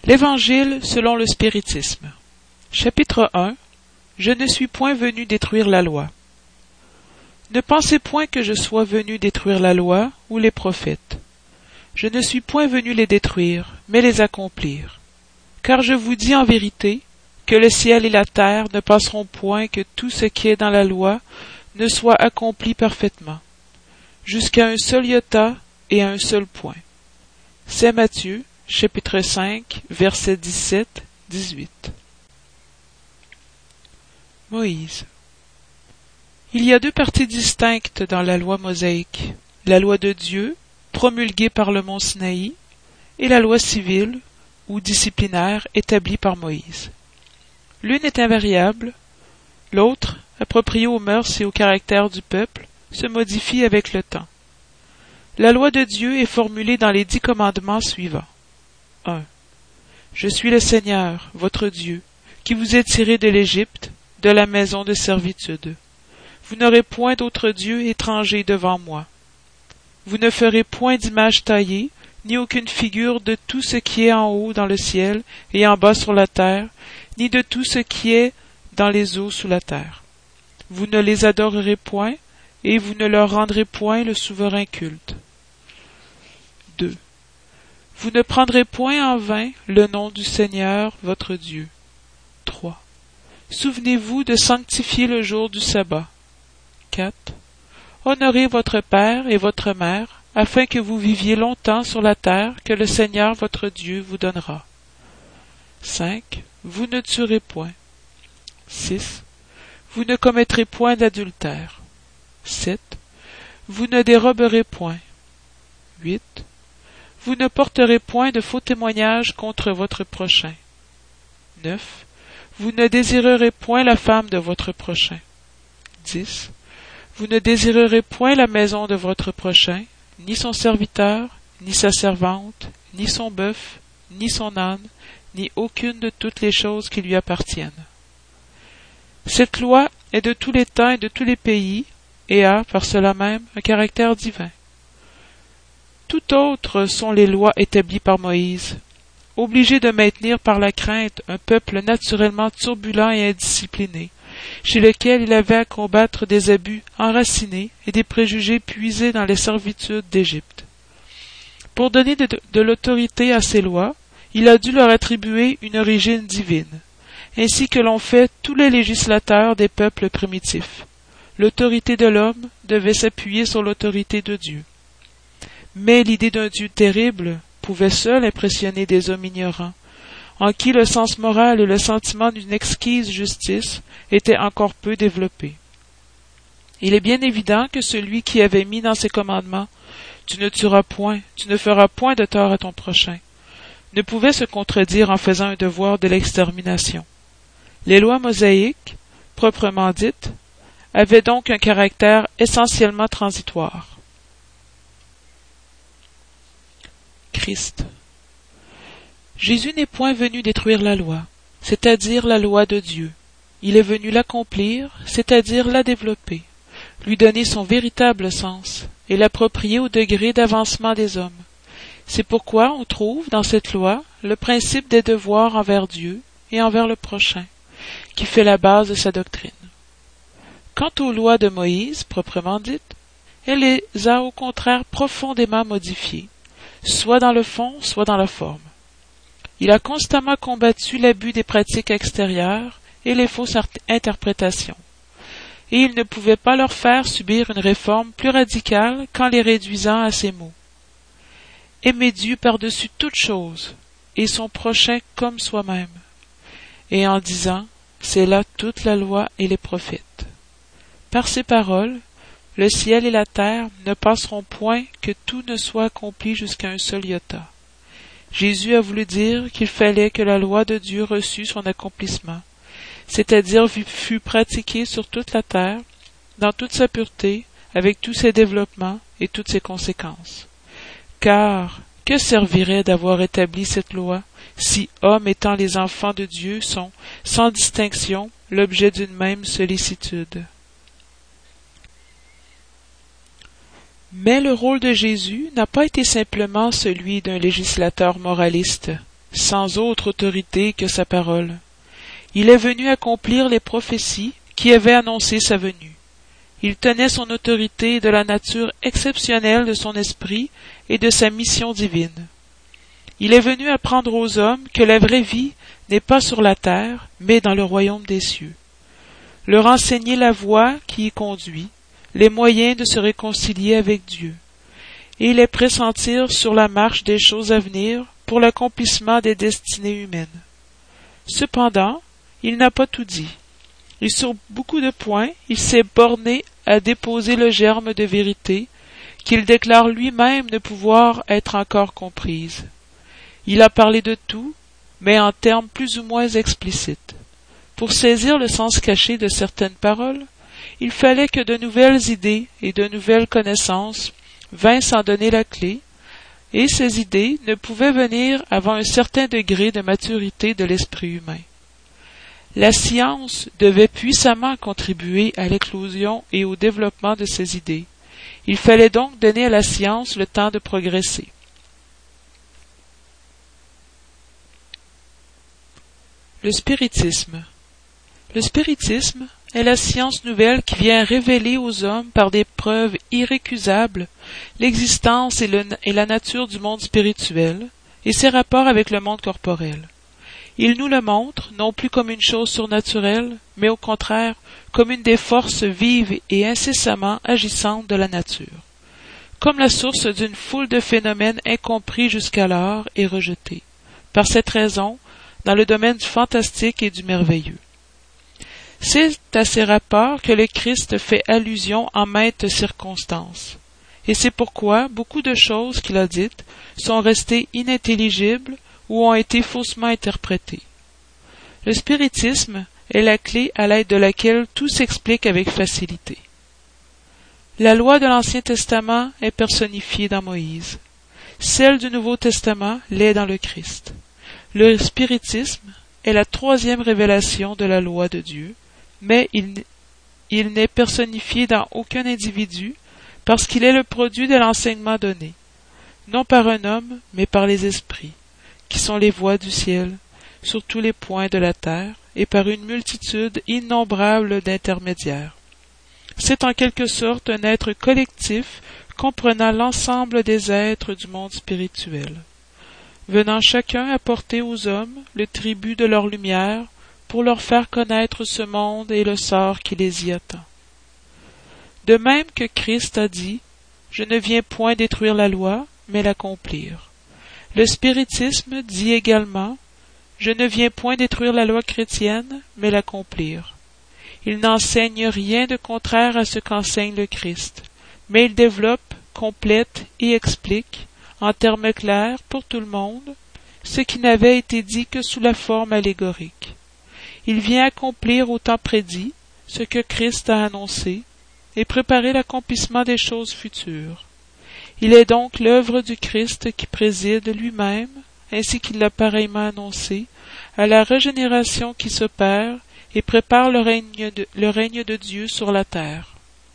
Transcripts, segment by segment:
L'Évangile selon le spiritisme. Chapitre 1. Je ne suis point venu détruire la loi. Ne pensez point que je sois venu détruire la loi ou les prophètes. Je ne suis point venu les détruire, mais les accomplir. Car je vous dis en vérité que le ciel et la terre ne passeront point que tout ce qui est dans la loi ne soit accompli parfaitement, jusqu'à un seul iota et à un seul point. C'est Matthieu, chapitre 5, versets 17-18. Moïse. Il y a deux parties distinctes dans la loi mosaïque, la loi de Dieu, promulguée par le mont Sinaï, et la loi civile, ou disciplinaire, établie par Moïse. L'une est invariable, l'autre, appropriée aux mœurs et au caractère du peuple, se modifie avec le temps. La loi de Dieu est formulée dans les 10 commandements suivants. 1. Je suis le Seigneur, votre Dieu, qui vous ai tiré de l'Égypte, de la maison de servitude. Vous n'aurez point d'autre Dieu étranger devant moi. Vous ne ferez point d'image taillée, ni aucune figure de tout ce qui est en haut dans le ciel et en bas sur la terre, ni de tout ce qui est dans les eaux sous la terre. Vous ne les adorerez point, et vous ne leur rendrez point le souverain culte. 2. Vous ne prendrez point en vain le nom du Seigneur votre Dieu. 3. Souvenez-vous de sanctifier le jour du sabbat. 4. Honorez votre père et votre mère, afin que vous viviez longtemps sur la terre que le Seigneur votre Dieu vous donnera. 5. Vous ne tuerez point. 6. Vous ne commettrez point d'adultère. 7. Vous ne déroberez point. 8. Vous ne porterez point de faux témoignages contre votre prochain. 9. Vous ne désirerez point la femme de votre prochain. 10. Vous ne désirerez point la maison de votre prochain, ni son serviteur, ni sa servante, ni son bœuf, ni son âne, ni aucune de toutes les choses qui lui appartiennent. Cette loi est de tous les temps et de tous les pays, et a, par cela même, un caractère divin. Tout autre sont les lois établies par Moïse, obligé de maintenir par la crainte un peuple naturellement turbulent et indiscipliné, chez lequel il avait à combattre des abus enracinés et des préjugés puisés dans les servitudes d'Égypte. Pour donner de l'autorité à ces lois, il a dû leur attribuer une origine divine, ainsi que l'ont fait tous les législateurs des peuples primitifs. L'autorité de l'homme devait s'appuyer sur l'autorité de Dieu. Mais l'idée d'un Dieu terrible pouvait seule impressionner des hommes ignorants, en qui le sens moral et le sentiment d'une exquise justice étaient encore peu développés. Il est bien évident que celui qui avait mis dans ses commandements « Tu ne tueras point, tu ne feras point de tort à ton prochain » ne pouvait se contredire en faisant un devoir de l'extermination. Les lois mosaïques, proprement dites, avaient donc un caractère essentiellement transitoire. Christ. Jésus n'est point venu détruire la loi, c'est-à-dire la loi de Dieu. Il est venu l'accomplir, c'est-à-dire la développer, lui donner son véritable sens et l'approprier au degré d'avancement des hommes. C'est pourquoi on trouve dans cette loi le principe des devoirs envers Dieu et envers le prochain, qui fait la base de sa doctrine. Quant aux lois de Moïse, proprement dites, elle les a au contraire profondément modifiées, soit dans le fond, soit dans la forme. Il a constamment combattu l'abus des pratiques extérieures et les fausses interprétations, et il ne pouvait pas leur faire subir une réforme plus radicale qu'en les réduisant à ces mots. Aimer Dieu par-dessus toute chose, et son prochain comme soi-même, et en disant, c'est là toute la loi et les prophètes. Par ces paroles, le ciel et la terre ne passeront point que tout ne soit accompli jusqu'à un seul iota. Jésus a voulu dire qu'il fallait que la loi de Dieu reçût son accomplissement, c'est-à-dire fût pratiquée sur toute la terre, dans toute sa pureté, avec tous ses développements et toutes ses conséquences. Car, que servirait d'avoir établi cette loi, si hommes étant les enfants de Dieu sont, sans distinction, l'objet d'une même sollicitude? Mais le rôle de Jésus n'a pas été simplement celui d'un législateur moraliste, sans autre autorité que sa parole. Il est venu accomplir les prophéties qui avaient annoncé sa venue. Il tenait son autorité de la nature exceptionnelle de son esprit et de sa mission divine. Il est venu apprendre aux hommes que la vraie vie n'est pas sur la terre, mais dans le royaume des cieux. Leur enseigner la voie qui y conduit, les moyens de se réconcilier avec Dieu, et les pressentir sur la marche des choses à venir pour l'accomplissement des destinées humaines. Cependant, il n'a pas tout dit, et sur beaucoup de points, il s'est borné à déposer le germe de vérité qu'il déclare lui-même ne pouvoir être encore comprise. Il a parlé de tout, mais en termes plus ou moins explicites. Pour saisir le sens caché de certaines paroles, il fallait que de nouvelles idées et de nouvelles connaissances vinssent en donner la clé, et ces idées ne pouvaient venir avant un certain degré de maturité de l'esprit humain. La science devait puissamment contribuer à l'éclosion et au développement de ces idées. Il fallait donc donner à la science le temps de progresser. Le spiritisme. Le spiritisme est la science nouvelle qui vient révéler aux hommes par des preuves irrécusables l'existence et la nature du monde spirituel et ses rapports avec le monde corporel. Il nous le montre non plus comme une chose surnaturelle, mais au contraire comme une des forces vives et incessamment agissantes de la nature, comme la source d'une foule de phénomènes incompris jusqu'alors et rejetés, par cette raison, dans le domaine du fantastique et du merveilleux. C'est à ces rapports que le Christ fait allusion en maintes circonstances, et c'est pourquoi beaucoup de choses qu'il a dites sont restées inintelligibles ou ont été faussement interprétées. Le spiritisme est la clé à l'aide de laquelle tout s'explique avec facilité. La loi de l'Ancien Testament est personnifiée dans Moïse. Celle du Nouveau Testament l'est dans le Christ. Le spiritisme est la troisième révélation de la loi de Dieu, mais il n'est personnifié dans aucun individu parce qu'il est le produit de l'enseignement donné, non par un homme, mais par les esprits, qui sont les voix du ciel, sur tous les points de la terre, et par une multitude innombrable d'intermédiaires. C'est en quelque sorte un être collectif comprenant l'ensemble des êtres du monde spirituel, venant chacun apporter aux hommes le tribut de leur lumière pour leur faire connaître ce monde et le sort qui les y attend. De même que Christ a dit « Je ne viens point détruire la loi, mais l'accomplir ». Le spiritisme dit également « Je ne viens point détruire la loi chrétienne, mais l'accomplir ». Il n'enseigne rien de contraire à ce qu'enseigne le Christ, mais il développe, complète et explique, en termes clairs pour tout le monde, ce qui n'avait été dit que sous la forme allégorique. Il vient accomplir au temps prédit ce que Christ a annoncé et préparer l'accomplissement des choses futures. Il est donc l'œuvre du Christ qui préside lui-même, ainsi qu'il l'a pareillement annoncé, à la régénération qui s'opère et prépare le règne de Dieu sur la terre.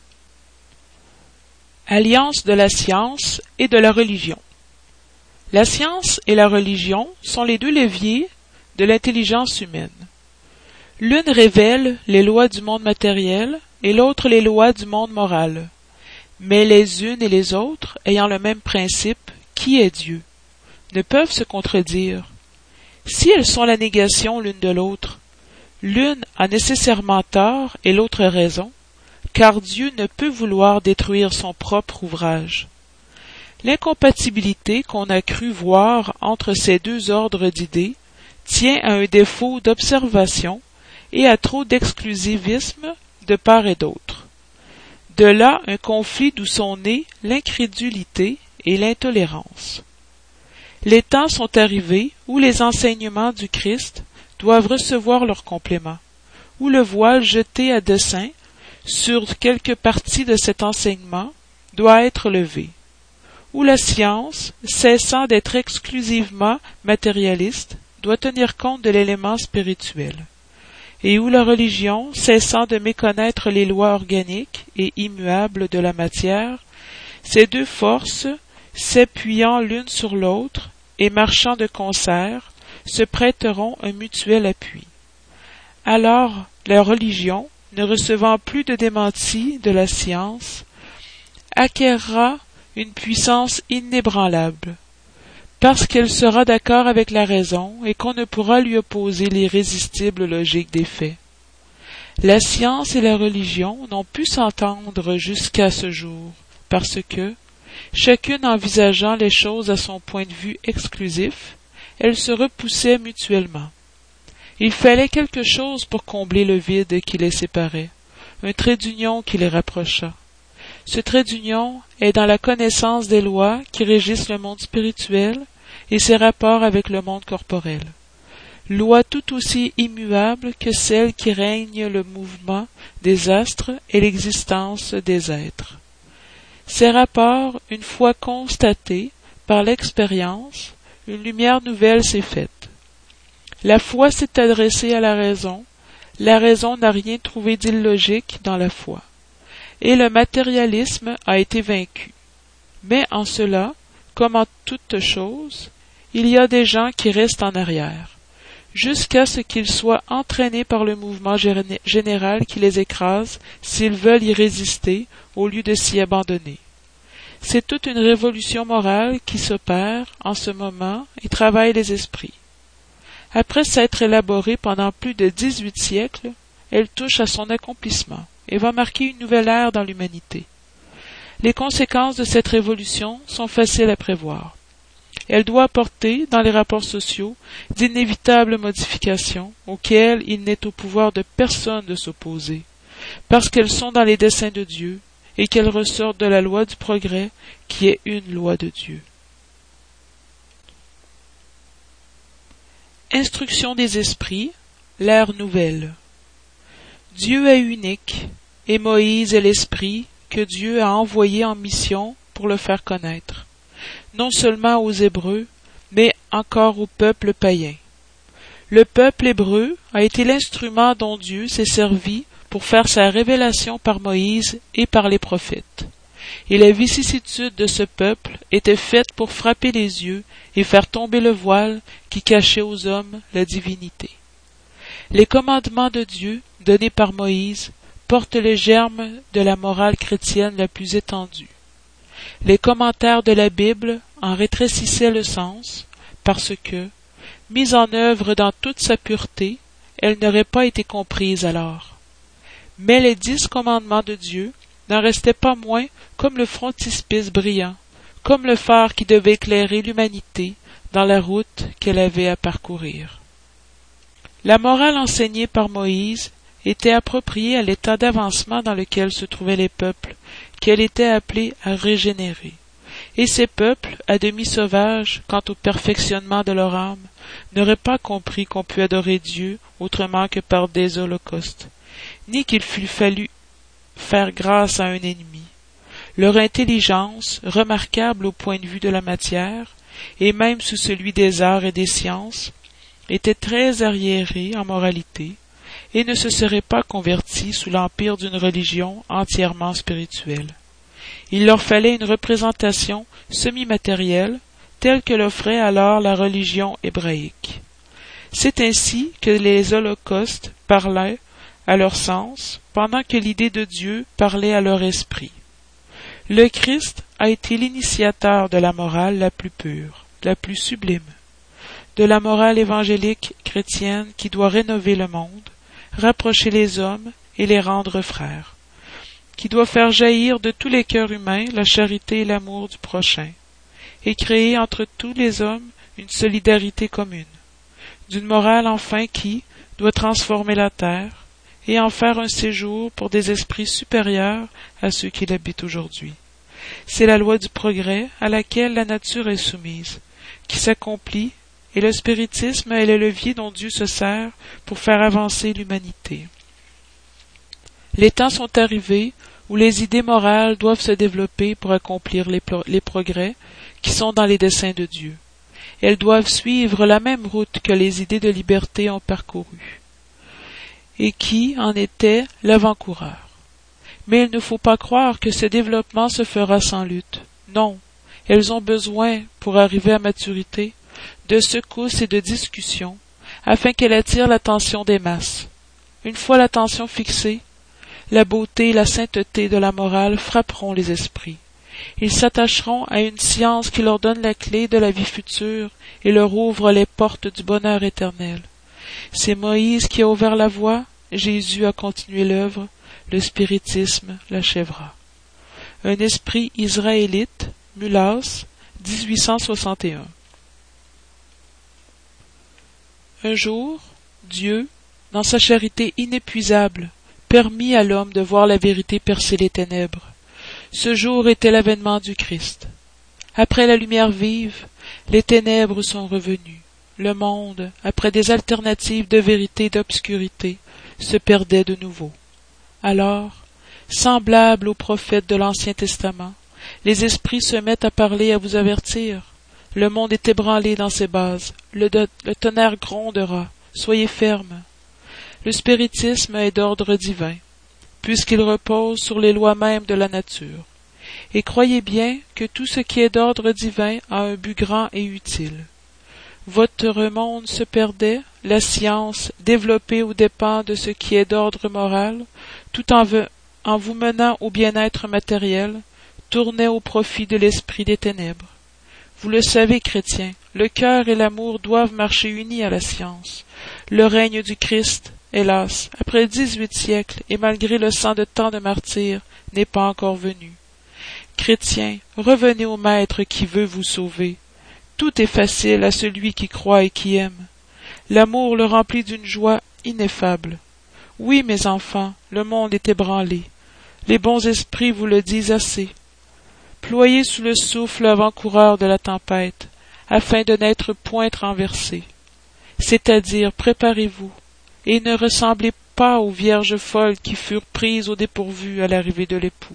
Alliance de la science et de la religion. La science et la religion sont les deux leviers de l'intelligence humaine. L'une révèle les lois du monde matériel et l'autre les lois du monde moral, mais les unes et les autres, ayant le même principe, qui est Dieu, ne peuvent se contredire. Si elles sont la négation l'une de l'autre, l'une a nécessairement tort et l'autre raison, car Dieu ne peut vouloir détruire son propre ouvrage. L'incompatibilité qu'on a cru voir entre ces deux ordres d'idées tient à un défaut d'observation et à trop d'exclusivisme de part et d'autre. De là un conflit d'où sont nées l'incrédulité et l'intolérance. Les temps sont arrivés où les enseignements du Christ doivent recevoir leur complément, où le voile jeté à dessein sur quelque partie de cet enseignement doit être levé, où la science, cessant d'être exclusivement matérialiste, doit tenir compte de l'élément spirituel, et où la religion, cessant de méconnaître les lois organiques et immuables de la matière, ces deux forces, s'appuyant l'une sur l'autre et marchant de concert, se prêteront un mutuel appui. Alors, la religion, ne recevant plus de démenti de la science, acquerra une puissance inébranlable, parce qu'elle sera d'accord avec la raison et qu'on ne pourra lui opposer l'irrésistible logique des faits. La science et la religion n'ont pu s'entendre jusqu'à ce jour, parce que, chacune envisageant les choses à son point de vue exclusif, elles se repoussaient mutuellement. Il fallait quelque chose pour combler le vide qui les séparait, un trait d'union qui les rapprocha. Ce trait d'union est dans la connaissance des lois qui régissent le monde spirituel et ses rapports avec le monde corporel. Lois tout aussi immuables que celles qui règnent le mouvement des astres et l'existence des êtres. Ces rapports, une fois constatés par l'expérience, une lumière nouvelle s'est faite. La foi s'est adressée à la raison n'a rien trouvé d'illogique dans la foi, et le matérialisme a été vaincu. Mais en cela, comme en toute chose, il y a des gens qui restent en arrière, jusqu'à ce qu'ils soient entraînés par le mouvement général qui les écrase s'ils veulent y résister au lieu de s'y abandonner. C'est toute une révolution morale qui s'opère en ce moment et travaille les esprits. Après s'être élaborée pendant plus de 18 siècles, elle touche à son accomplissement et va marquer une nouvelle ère dans l'humanité. Les conséquences de cette révolution sont faciles à prévoir. Elle doit apporter, dans les rapports sociaux, d'inévitables modifications auxquelles il n'est au pouvoir de personne de s'opposer, parce qu'elles sont dans les desseins de Dieu et qu'elles ressortent de la loi du progrès qui est une loi de Dieu. Instruction des esprits, l'ère nouvelle. Dieu est unique, et Moïse est l'esprit que Dieu a envoyé en mission pour le faire connaître, non seulement aux Hébreux, mais encore au peuple païen. Le peuple hébreu a été l'instrument dont Dieu s'est servi pour faire sa révélation par Moïse et par les prophètes. Et les vicissitudes de ce peuple étaient faites pour frapper les yeux et faire tomber le voile qui cachait aux hommes la divinité. Les commandements de Dieu, donnés par Moïse, portent les germes de la morale chrétienne la plus étendue. Les commentaires de la Bible en rétrécissaient le sens, parce que, mise en œuvre dans toute sa pureté, elle n'aurait pas été comprise alors. Mais les 10 commandements de Dieu n'en restaient pas moins comme le frontispice brillant, comme le phare qui devait éclairer l'humanité dans la route qu'elle avait à parcourir. La morale enseignée par Moïse était appropriée à l'état d'avancement dans lequel se trouvaient les peuples qu'elle était appelée à régénérer. Et ces peuples, à demi sauvages quant au perfectionnement de leur âme, n'auraient pas compris qu'on pût adorer Dieu autrement que par des holocaustes, ni qu'il fût fallu faire grâce à un ennemi. Leur intelligence, remarquable au point de vue de la matière, et même sous celui des arts et des sciences, était très arriérée en moralité, et ne se serait pas convertie sous l'empire d'une religion entièrement spirituelle. Il leur fallait une représentation semi-matérielle, telle que l'offrait alors la religion hébraïque. C'est ainsi que les holocaustes parlaient à leur sens, pendant que l'idée de Dieu parlait à leur esprit. Le Christ a été l'initiateur de la morale la plus pure, la plus sublime, de la morale évangélique chrétienne qui doit rénover le monde, rapprocher les hommes et les rendre frères, qui doit faire jaillir de tous les cœurs humains la charité et l'amour du prochain, et créer entre tous les hommes une solidarité commune, d'une morale enfin qui doit transformer la terre, et en faire un séjour pour des esprits supérieurs à ceux qui l'habitent aujourd'hui. C'est la loi du progrès à laquelle la nature est soumise, qui s'accomplit, et le spiritisme est le levier dont Dieu se sert pour faire avancer l'humanité. Les temps sont arrivés où les idées morales doivent se développer pour accomplir les progrès qui sont dans les desseins de Dieu. Elles doivent suivre la même route que les idées de liberté ont parcourue, et qui en était l'avant-coureur. Mais il ne faut pas croire que ce développement se fera sans lutte. Non, elles ont besoin, pour arriver à maturité, de secousses et de discussions, afin qu'elle attire l'attention des masses. Une fois l'attention fixée, la beauté et la sainteté de la morale frapperont les esprits. Ils s'attacheront à une science qui leur donne la clé de la vie future et leur ouvre les portes du bonheur éternel. C'est Moïse qui a ouvert la voie, Jésus a continué l'œuvre, le spiritisme l'achèvera. Un esprit israélite, Mulas, 1861. Un jour, Dieu, dans sa charité inépuisable, permit à l'homme de voir la vérité percer les ténèbres. Ce jour était l'avènement du Christ. Après la lumière vive, les ténèbres sont revenues. Le monde, après des alternatives de vérité et d'obscurité, se perdait de nouveau. Alors, semblables aux prophètes de l'Ancien Testament, les esprits se mettent à parler et à vous avertir. Le monde est ébranlé dans ses bases. Le tonnerre grondera. Soyez fermes. Le spiritisme est d'ordre divin, puisqu'il repose sur les lois mêmes de la nature. Et croyez bien que tout ce qui est d'ordre divin a un but grand et utile. Votre monde se perdait, la science, développée aux dépens de ce qui est d'ordre moral, tout en vous menant au bien-être matériel, tournait au profit de l'esprit des ténèbres. Vous le savez, chrétiens, le cœur et l'amour doivent marcher unis à la science. Le règne du Christ, hélas, après 18 siècles, et malgré le sang de tant de martyrs, n'est pas encore venu. Chrétiens, revenez au Maître qui veut vous sauver. Tout est facile à celui qui croit et qui aime. L'amour le remplit d'une joie ineffable. Oui, mes enfants, le monde est ébranlé. Les bons esprits vous le disent assez. Ployez sous le souffle avant-coureur de la tempête, afin de n'être point renversés. C'est-à-dire, préparez-vous, et ne ressemblez pas aux vierges folles qui furent prises au dépourvu à l'arrivée de l'époux.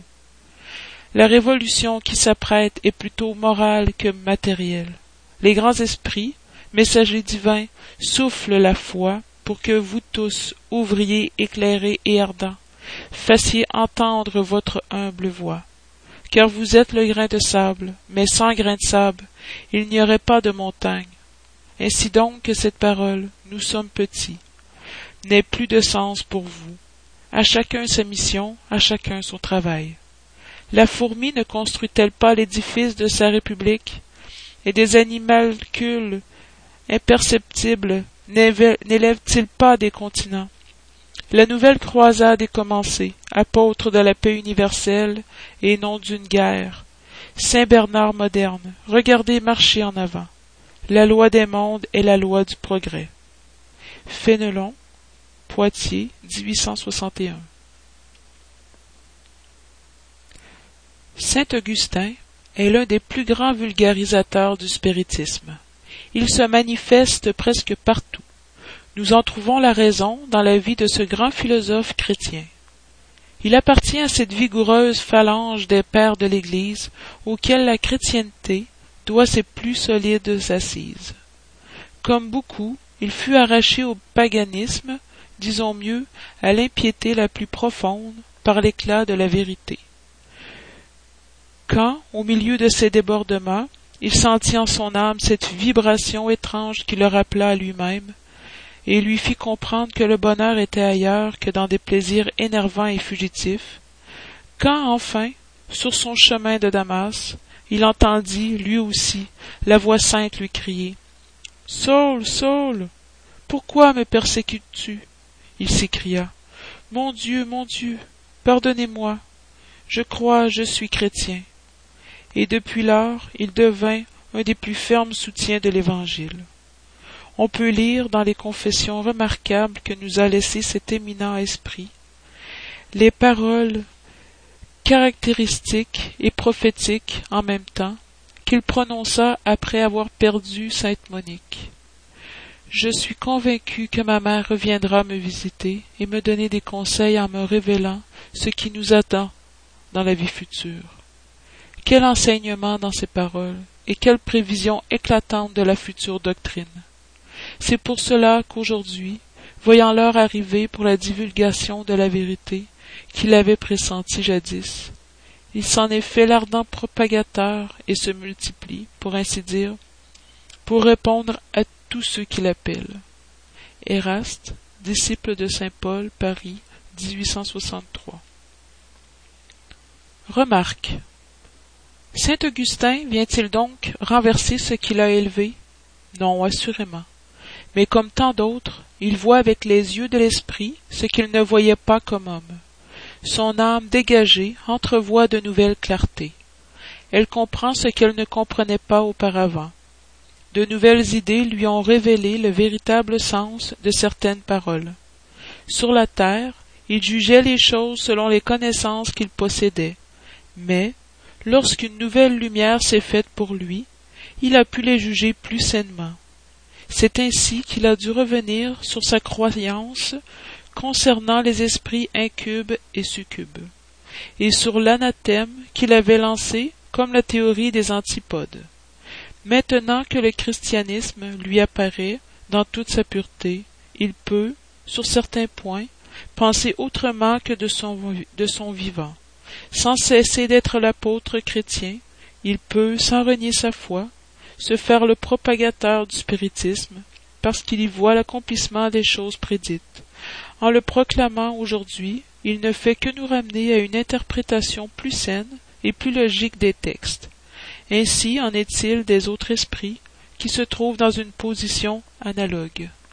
La révolution qui s'apprête est plutôt morale que matérielle. Les grands esprits, messagers divins, soufflent la foi pour que vous tous, ouvriers éclairés et ardents, fassiez entendre votre humble voix. Car vous êtes le grain de sable, mais sans grain de sable, il n'y aurait pas de montagne. Ainsi donc que cette parole, nous sommes petits, n'ait plus de sens pour vous. À chacun sa mission, à chacun son travail. La fourmi ne construit-elle pas l'édifice de sa république, et des animalcules imperceptibles n'élèvent-ils pas des continents? La nouvelle croisade est commencée, apôtre de la paix universelle et non d'une guerre. Saint Bernard moderne, regardez marcher en avant. La loi des mondes est la loi du progrès. Fénelon, Poitiers, 1861. Saint Augustin est l'un des plus grands vulgarisateurs du spiritisme. Il se manifeste presque partout. Nous en trouvons la raison dans la vie de ce grand philosophe chrétien. Il appartient à cette vigoureuse phalange des pères de l'Église auxquels la chrétienté doit ses plus solides assises. Comme beaucoup, il fut arraché au paganisme, disons mieux, à l'impiété la plus profonde, par l'éclat de la vérité. Quand, au milieu de ces débordements, il sentit en son âme cette vibration étrange qui le rappela à lui-même, et lui fit comprendre que le bonheur était ailleurs que dans des plaisirs énervants et fugitifs, quand enfin, sur son chemin de Damas, il entendit, lui aussi, la voix sainte lui crier « Saul, Saul, pourquoi me persécutes-tu » Il s'écria « Mon Dieu, pardonnez-moi, je crois, je suis chrétien. » Et depuis lors, il devint un des plus fermes soutiens de l'Évangile. On peut lire dans les confessions remarquables que nous a laissées cet éminent esprit les paroles caractéristiques et prophétiques en même temps qu'il prononça après avoir perdu Sainte Monique. Je suis convaincu que ma mère reviendra me visiter et me donner des conseils en me révélant ce qui nous attend dans la vie future. Quel enseignement dans ces paroles, et quelle prévision éclatante de la future doctrine. C'est pour cela qu'aujourd'hui, voyant l'heure arriver pour la divulgation de la vérité qu'il avait pressentie jadis, il s'en est fait l'ardent propagateur et se multiplie, pour ainsi dire, pour répondre à tous ceux qui l'appellent. Éraste, disciple de saint Paul, Paris, 1863. Remarque. Saint Augustin vient-il donc renverser ce qu'il a élevé? Non, assurément. Mais comme tant d'autres, il voit avec les yeux de l'esprit ce qu'il ne voyait pas comme homme. Son âme dégagée entrevoit de nouvelles clartés. Elle comprend ce qu'elle ne comprenait pas auparavant. De nouvelles idées lui ont révélé le véritable sens de certaines paroles. Sur la terre, il jugeait les choses selon les connaissances qu'il possédait, mais, lorsqu'une nouvelle lumière s'est faite pour lui, il a pu les juger plus sainement. C'est ainsi qu'il a dû revenir sur sa croyance concernant les esprits incubes et succubes, et sur l'anathème qu'il avait lancé comme la théorie des antipodes. Maintenant que le christianisme lui apparaît dans toute sa pureté, il peut, sur certains points, penser autrement que de son vivant. Sans cesser d'être l'apôtre chrétien, il peut, sans renier sa foi, se faire le propagateur du spiritisme, parce qu'il y voit l'accomplissement des choses prédites. En le proclamant aujourd'hui, il ne fait que nous ramener à une interprétation plus saine et plus logique des textes. Ainsi en est-il des autres esprits qui se trouvent dans une position analogue.